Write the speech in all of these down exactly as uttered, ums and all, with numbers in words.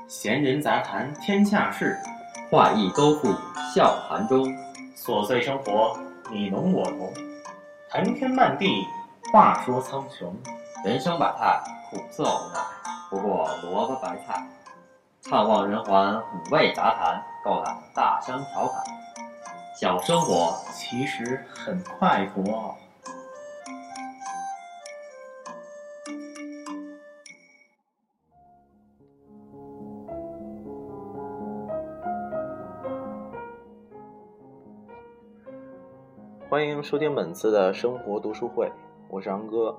闲人杂谈天下事， 画意勾复笑谈中， 琐碎生活你侬我侬，谈天漫地话说苍穹， 人生百态苦涩无奈，不过萝卜白菜。盼望人寰五味杂谈，够览大声调侃。小生活其实很快活。欢迎收听本次的生活读书会，我是昂哥。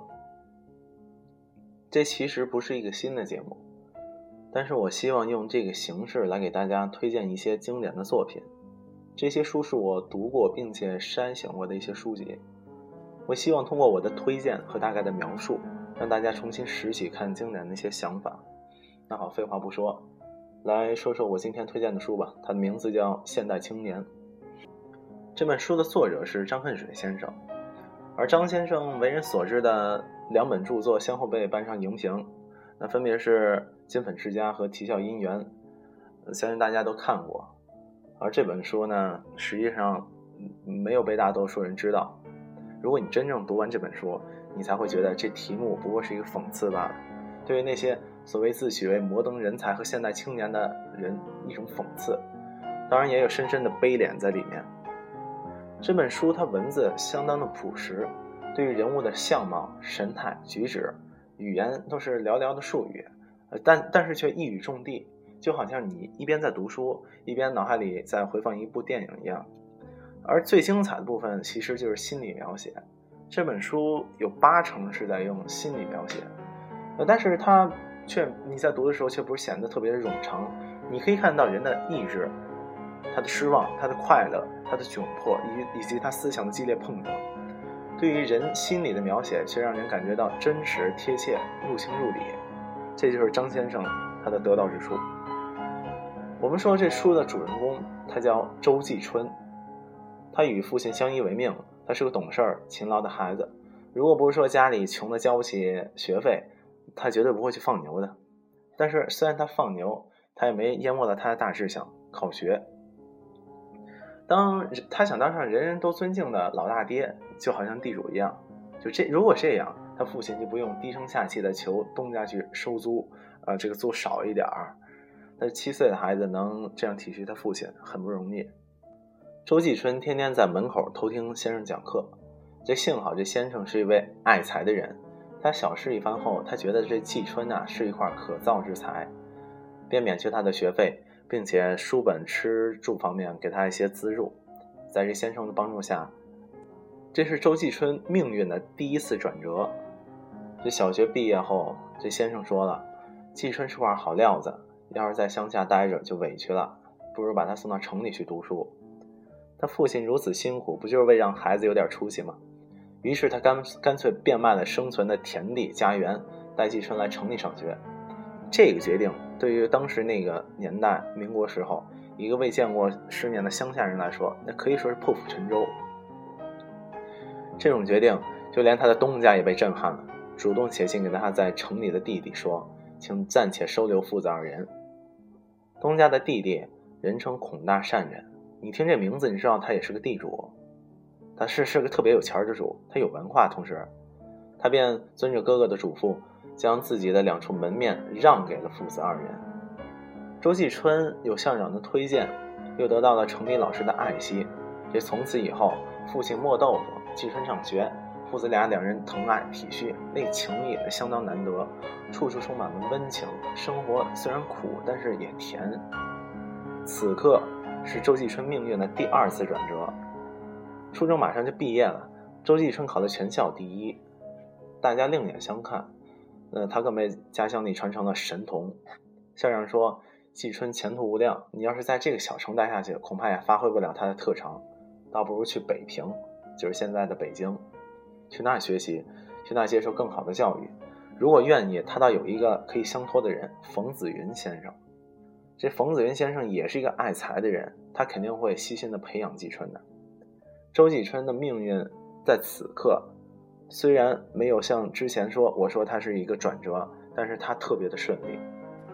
这其实不是一个新的节目，但是我希望用这个形式来给大家推荐一些经典的作品。这些书是我读过并且筛选过的一些书籍，我希望通过我的推荐和大概的描述，让大家重新拾起看经典的一些想法。那好，废话不说，来说说我今天推荐的书吧。它的名字叫《现代青年》。这本书的作者是张恨水先生，而张先生为人所知的两本著作先后被搬上荧屏，那分别是《金粉世家》和《啼笑姻缘》，相信大家都看过。而这本书呢，实际上没有被大多数人知道。如果你真正读完这本书，你才会觉得这题目不过是一个讽刺罢了，对于那些所谓自诩为摩登人才和现代青年的人一种讽刺，当然也有深深的悲怜在里面。这本书它文字相当的朴实，对于人物的相貌、神态、举止、语言都是寥寥的术语，但但是却一语中的，就好像你一边在读书，一边脑海里在回放一部电影一样。而最精彩的部分其实就是心理描写，这本书有八成是在用心理描写，但是它却你在读的时候却不是显得特别的冗长，你可以看到人的意志，他的失望，他的快乐，他的窘迫，以以及他思想的激烈碰撞，对于人心理的描写却让人感觉到真实贴切，入情入理。这就是张先生他的得道之处。我们说这书的主人公他叫周继春，他与父亲相依为命，他是个懂事勤劳的孩子，如果不是说家里穷的交不起学费，他绝对不会去放牛的。但是虽然他放牛，他也没淹没了他的大志向，考学。当他想当上人人都尊敬的老大爹，就好像地主一样，就这如果这样，他父亲就不用低声下气的求东家去收租，呃，这个租少一点儿。但是七岁的孩子能这样体恤他父亲，很不容易。周继春天天在门口偷听先生讲课，这幸好这先生是一位爱才的人，他小事一番后，他觉得这继春啊是一块可造之材，便免去他的学费，并且书本吃住方面给他一些资助。在这先生的帮助下，这是周继春命运的第一次转折。这小学毕业后，这先生说了，继春是块好料子，要是在乡下待着就委屈了，不如把他送到城里去读书。他父亲如此辛苦，不就是为让孩子有点出息吗？于是他干干脆变卖了生存的田地家园，带继春来城里上学。这个决定对于当时那个年代民国时候一个未见过世面的乡下人来说，那可以说是破釜沉舟。这种决定就连他的东家也被震撼了，主动写信给他在城里的弟弟说，请暂且收留父子二人。东家的弟弟人称孔大善人，你听这名字你知道他也是个地主，他是是个特别有钱之主，他有文化，同时他便遵着哥哥的嘱咐，将自己的两处门面让给了父子二人。周继春有校长的推荐，又得到了城里老师的爱惜，这从此以后父亲磨豆腐，继春上学，父子俩两人疼爱体恤，那情谊也相当难得，处处充满了温情，生活虽然苦，但是也甜。此刻是周继春命运的第二次转折，初中马上就毕业了，周继春考了全校第一，大家另眼相看，呃，他更被家乡里传成了神童。校长说，继春前途无量，你要是在这个小城待下去，恐怕也发挥不了他的特长，倒不如去北平，就是现在的北京，去那学习，去那接受更好的教育。如果愿意，他倒有一个可以相托的人，冯子云先生。这冯子云先生也是一个爱才的人，他肯定会细心的培养继春的。周继春的命运在此刻虽然没有像之前说我说他是一个转折，但是他特别的顺利。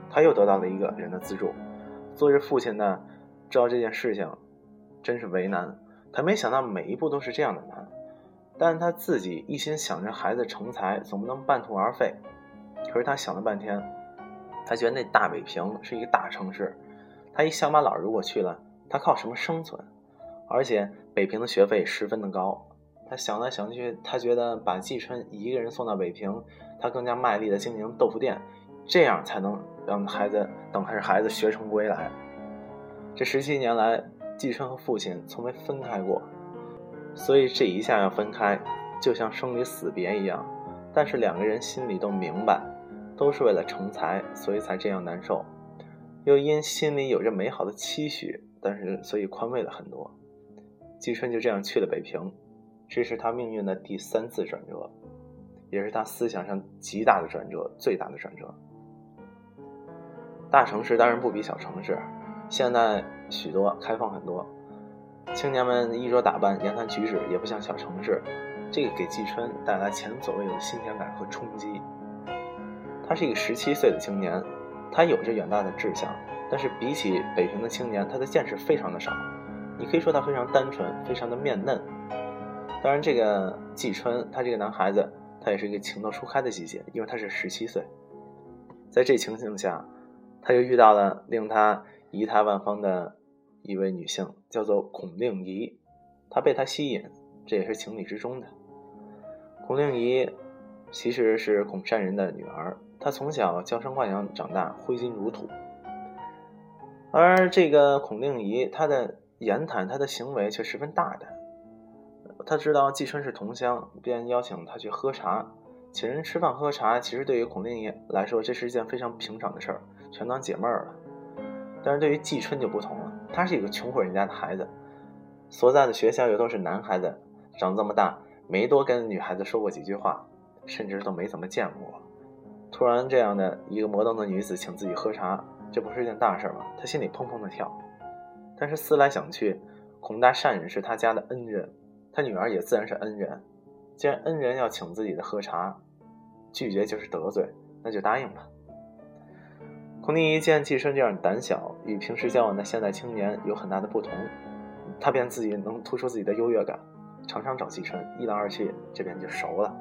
他又得到了一个人的资助。作为父亲呢，知道这件事情真是为难，他没想到每一步都是这样的难，但是他自己一心想着孩子成才，总不能半途而废。可是他想了半天，他觉得那大北平是一个大城市，他一乡巴佬如果去了，他靠什么生存？而且北平的学费十分的高，他想来想去，他觉得把季春一个人送到北平，他更加卖力的经营豆腐店，这样才能让孩子等他是孩子学成归来。这十七年来，季春和父亲从未分开过，所以这一下要分开，就像生离死别一样。但是两个人心里都明白，都是为了成才，所以才这样难受，又因心里有着美好的期许，但是所以宽慰了很多。季春就这样去了北平，这是他命运的第三次转折，也是他思想上极大的转折，最大的转折。大城市当然不比小城市，现在许多开放很多，青年们衣着打扮言谈举止也不像小城市，这个给季春带来前所未有的新鲜感和冲击。他是一个十七岁的青年，他有着远大的志向，但是比起北平的青年，他的见识非常的少，你可以说他非常单纯，非常的面嫩。当然这个季春他这个男孩子，他也是一个情窦初开的季节，因为他是十七岁。在这情形下，他又遇到了令他仪态万方的一位女性，叫做孔令仪，他被她吸引，这也是情理之中的。孔令仪其实是孔善人的女儿，她从小娇生惯养长大，挥金如土。而这个孔令仪，她的言谈，她的行为却十分大胆。她知道季春是同乡，便邀请他去喝茶。请人吃饭喝茶，其实对于孔令仪来说，这是一件非常平常的事儿，全当解闷儿了。但是对于季春就不同了，他是一个穷苦人家的孩子，所在的学校又都是男孩子，长这么大没多跟女孩子说过几句话，甚至都没怎么见过。突然这样的一个摩登的女子请自己喝茶，这不是一件大事吗？他心里砰砰的跳。但是思来想去，孔大善人是他家的恩人，他女儿也自然是恩人，既然恩人要请自己的喝茶，拒绝就是得罪，那就答应吧。孔令仪见季春这样胆小，与平时交往的现代青年有很大的不同，他便自己能突出自己的优越感，常常找季春，一来二去这边就熟了。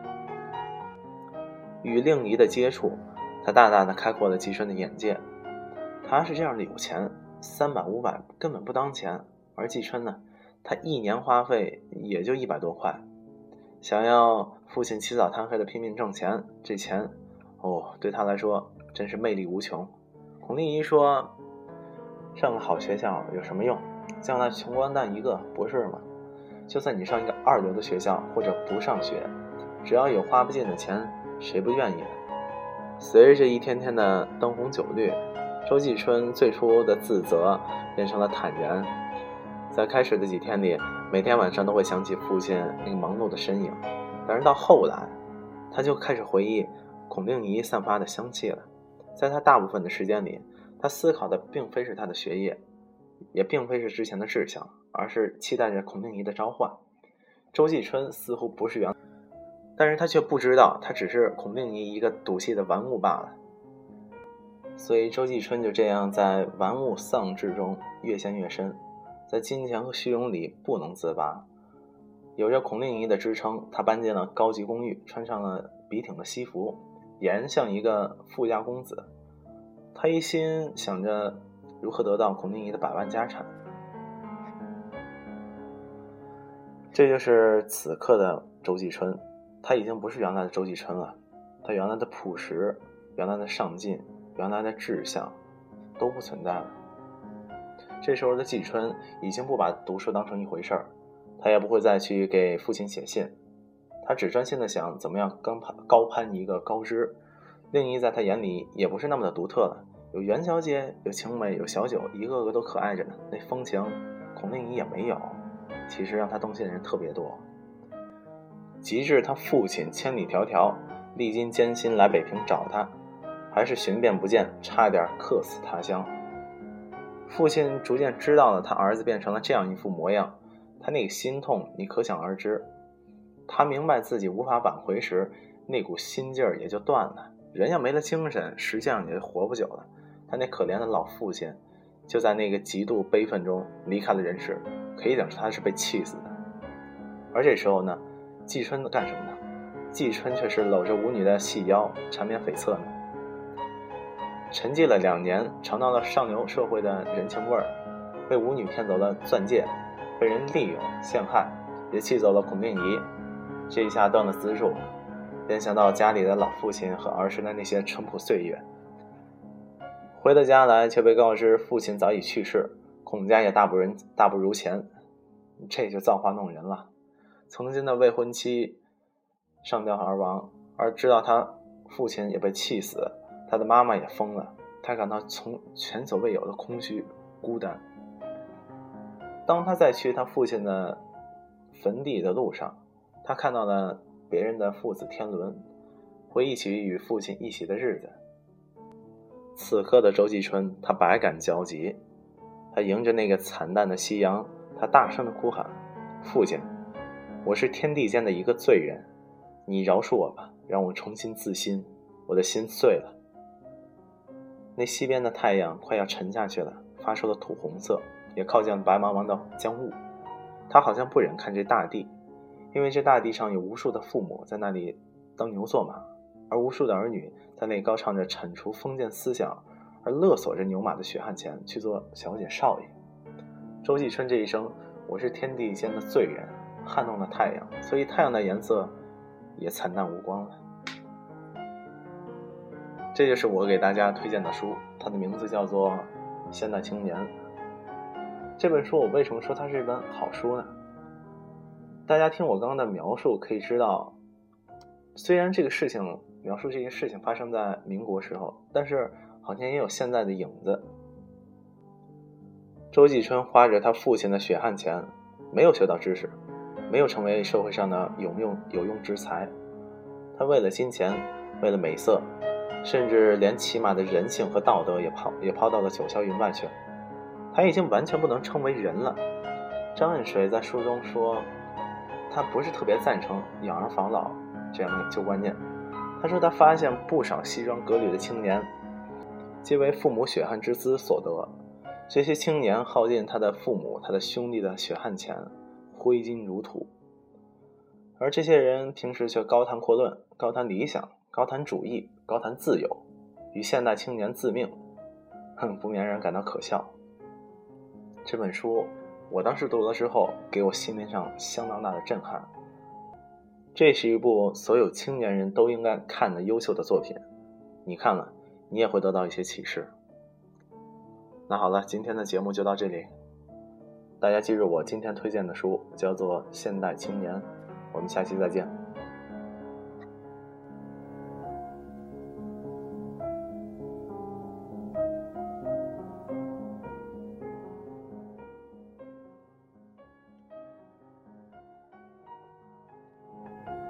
与令仪的接触，他大大的开阔了季春的眼界。他是这样的有钱，三百五百根本不当钱，而季春呢，他一年花费也就一百多块，想要父亲起早贪黑的拼命挣钱，这钱哦，对他来说真是魅力无穷。孔令仪说，上个好学校有什么用？将来穷光蛋一个，不是吗？就算你上一个二流的学校或者不上学，只要有花不尽的钱，谁不愿意？随着一天天的灯红酒绿，周季春最初的自责变成了坦然。在开始的几天里，每天晚上都会想起父亲那个忙碌的身影，但是到后来，他就开始回忆孔令仪散发的香气了。在他大部分的时间里，他思考的并非是他的学业，也并非是之前的志向，而是期待着孔令仪的召唤。周季春似乎不是原，但是他却不知道，他只是孔令仪一个赌气的玩物罢了。所以周季春就这样在玩物丧志中越陷越深，在金钱和虚荣里不能自拔。有着孔令仪的支撑，他搬进了高级公寓，穿上了笔挺的西服，俨然像一个富家公子。他一心想着如何得到孔令仪的百万家产。这就是此刻的周季春，他已经不是原来的周季春了，他原来的朴实，原来的上进，原来的志向都不存在了。这时候的季春已经不把读书当成一回事儿，他也不会再去给父亲写信，他只专心的想怎么样高攀一个高枝。令仪在他眼里也不是那么的独特了，有元宵节，有青梅，有小酒，一个个都可爱着呢。那风情孔令仪也没有，其实让他动心的人特别多。及至他父亲千里迢迢历经艰辛来北平找他，还是寻遍不见，差点客死他乡。父亲逐渐知道了他儿子变成了这样一副模样，他那个心痛你可想而知。他明白自己无法挽回时，那股心劲儿也就断了。 人要没了精神，实际上也活不久了。他那可怜的老父亲就在那个极度悲愤中离开了人世，可以讲他是被气死的。而这时候呢，季春干什么呢？季春却是搂着舞女的细腰缠绵悱恻呢。沉寂了两年，尝到了上流社会的人情味儿，被舞女骗走了钻戒，被人利用陷害，也气走了孔令仪。这一下断了资助，联想到家里的老父亲和儿时的那些淳朴岁月。回到家来，却被告知父亲早已去世，孔家也大不人大不如前，这就造化弄人了。曾经的未婚妻上吊而亡，而知道他父亲也被气死，他的妈妈也疯了，他感到从前所未有的空虚孤单。当他在去他父亲的坟地的路上，他看到了别人的父子天伦，回忆起与父亲一起的日子。此刻的周季春，他百感交集，他迎着那个惨淡的夕阳，他大声地哭喊：父亲，我是天地间的一个罪人，你饶恕我吧，让我重新自新，我的心碎了。那西边的太阳快要沉下去了，发出了土红色，也靠近了白茫茫的江雾。他好像不忍看这大地，因为这大地上有无数的父母在那里当牛做马，而无数的儿女在那里高唱着铲除封建思想而勒索着牛马的血汗钱去做小姐少爷。周季春这一生，我是天地间的罪人，撼动了太阳，所以太阳的颜色也惨淡无光了。这就是我给大家推荐的书，它的名字叫做《现代青年》。这本书我为什么说它是一本好书呢？大家听我刚刚的描述可以知道，虽然这个事情描述这件事情发生在民国时候，但是好像也有现在的影子。周季春花着他父亲的血汗钱，没有学到知识，没有成为社会上的有用有用之才，他为了金钱，为了美色，甚至连起码的人性和道德也抛也抛到了九霄云外去了。他已经完全不能称为人了。张恨水在书中说，他不是特别赞成养儿防老这样的旧观念。他说他发现不少西装革履的青年皆为父母血汗之资所得，这些青年耗尽他的父母他的兄弟的血汗钱，挥金如土。而这些人平时却高谈阔论，高谈理想，高谈主义，高谈自由，与现代青年自命，哼，不免让人感到可笑。这本书我当时读了之后，给我心灵上相当大的震撼。这是一部所有青年人都应该看的优秀的作品，你看了，你也会得到一些启示。那好了，今天的节目就到这里。大家记住我今天推荐的书叫做《现代青年》，我们下期再见。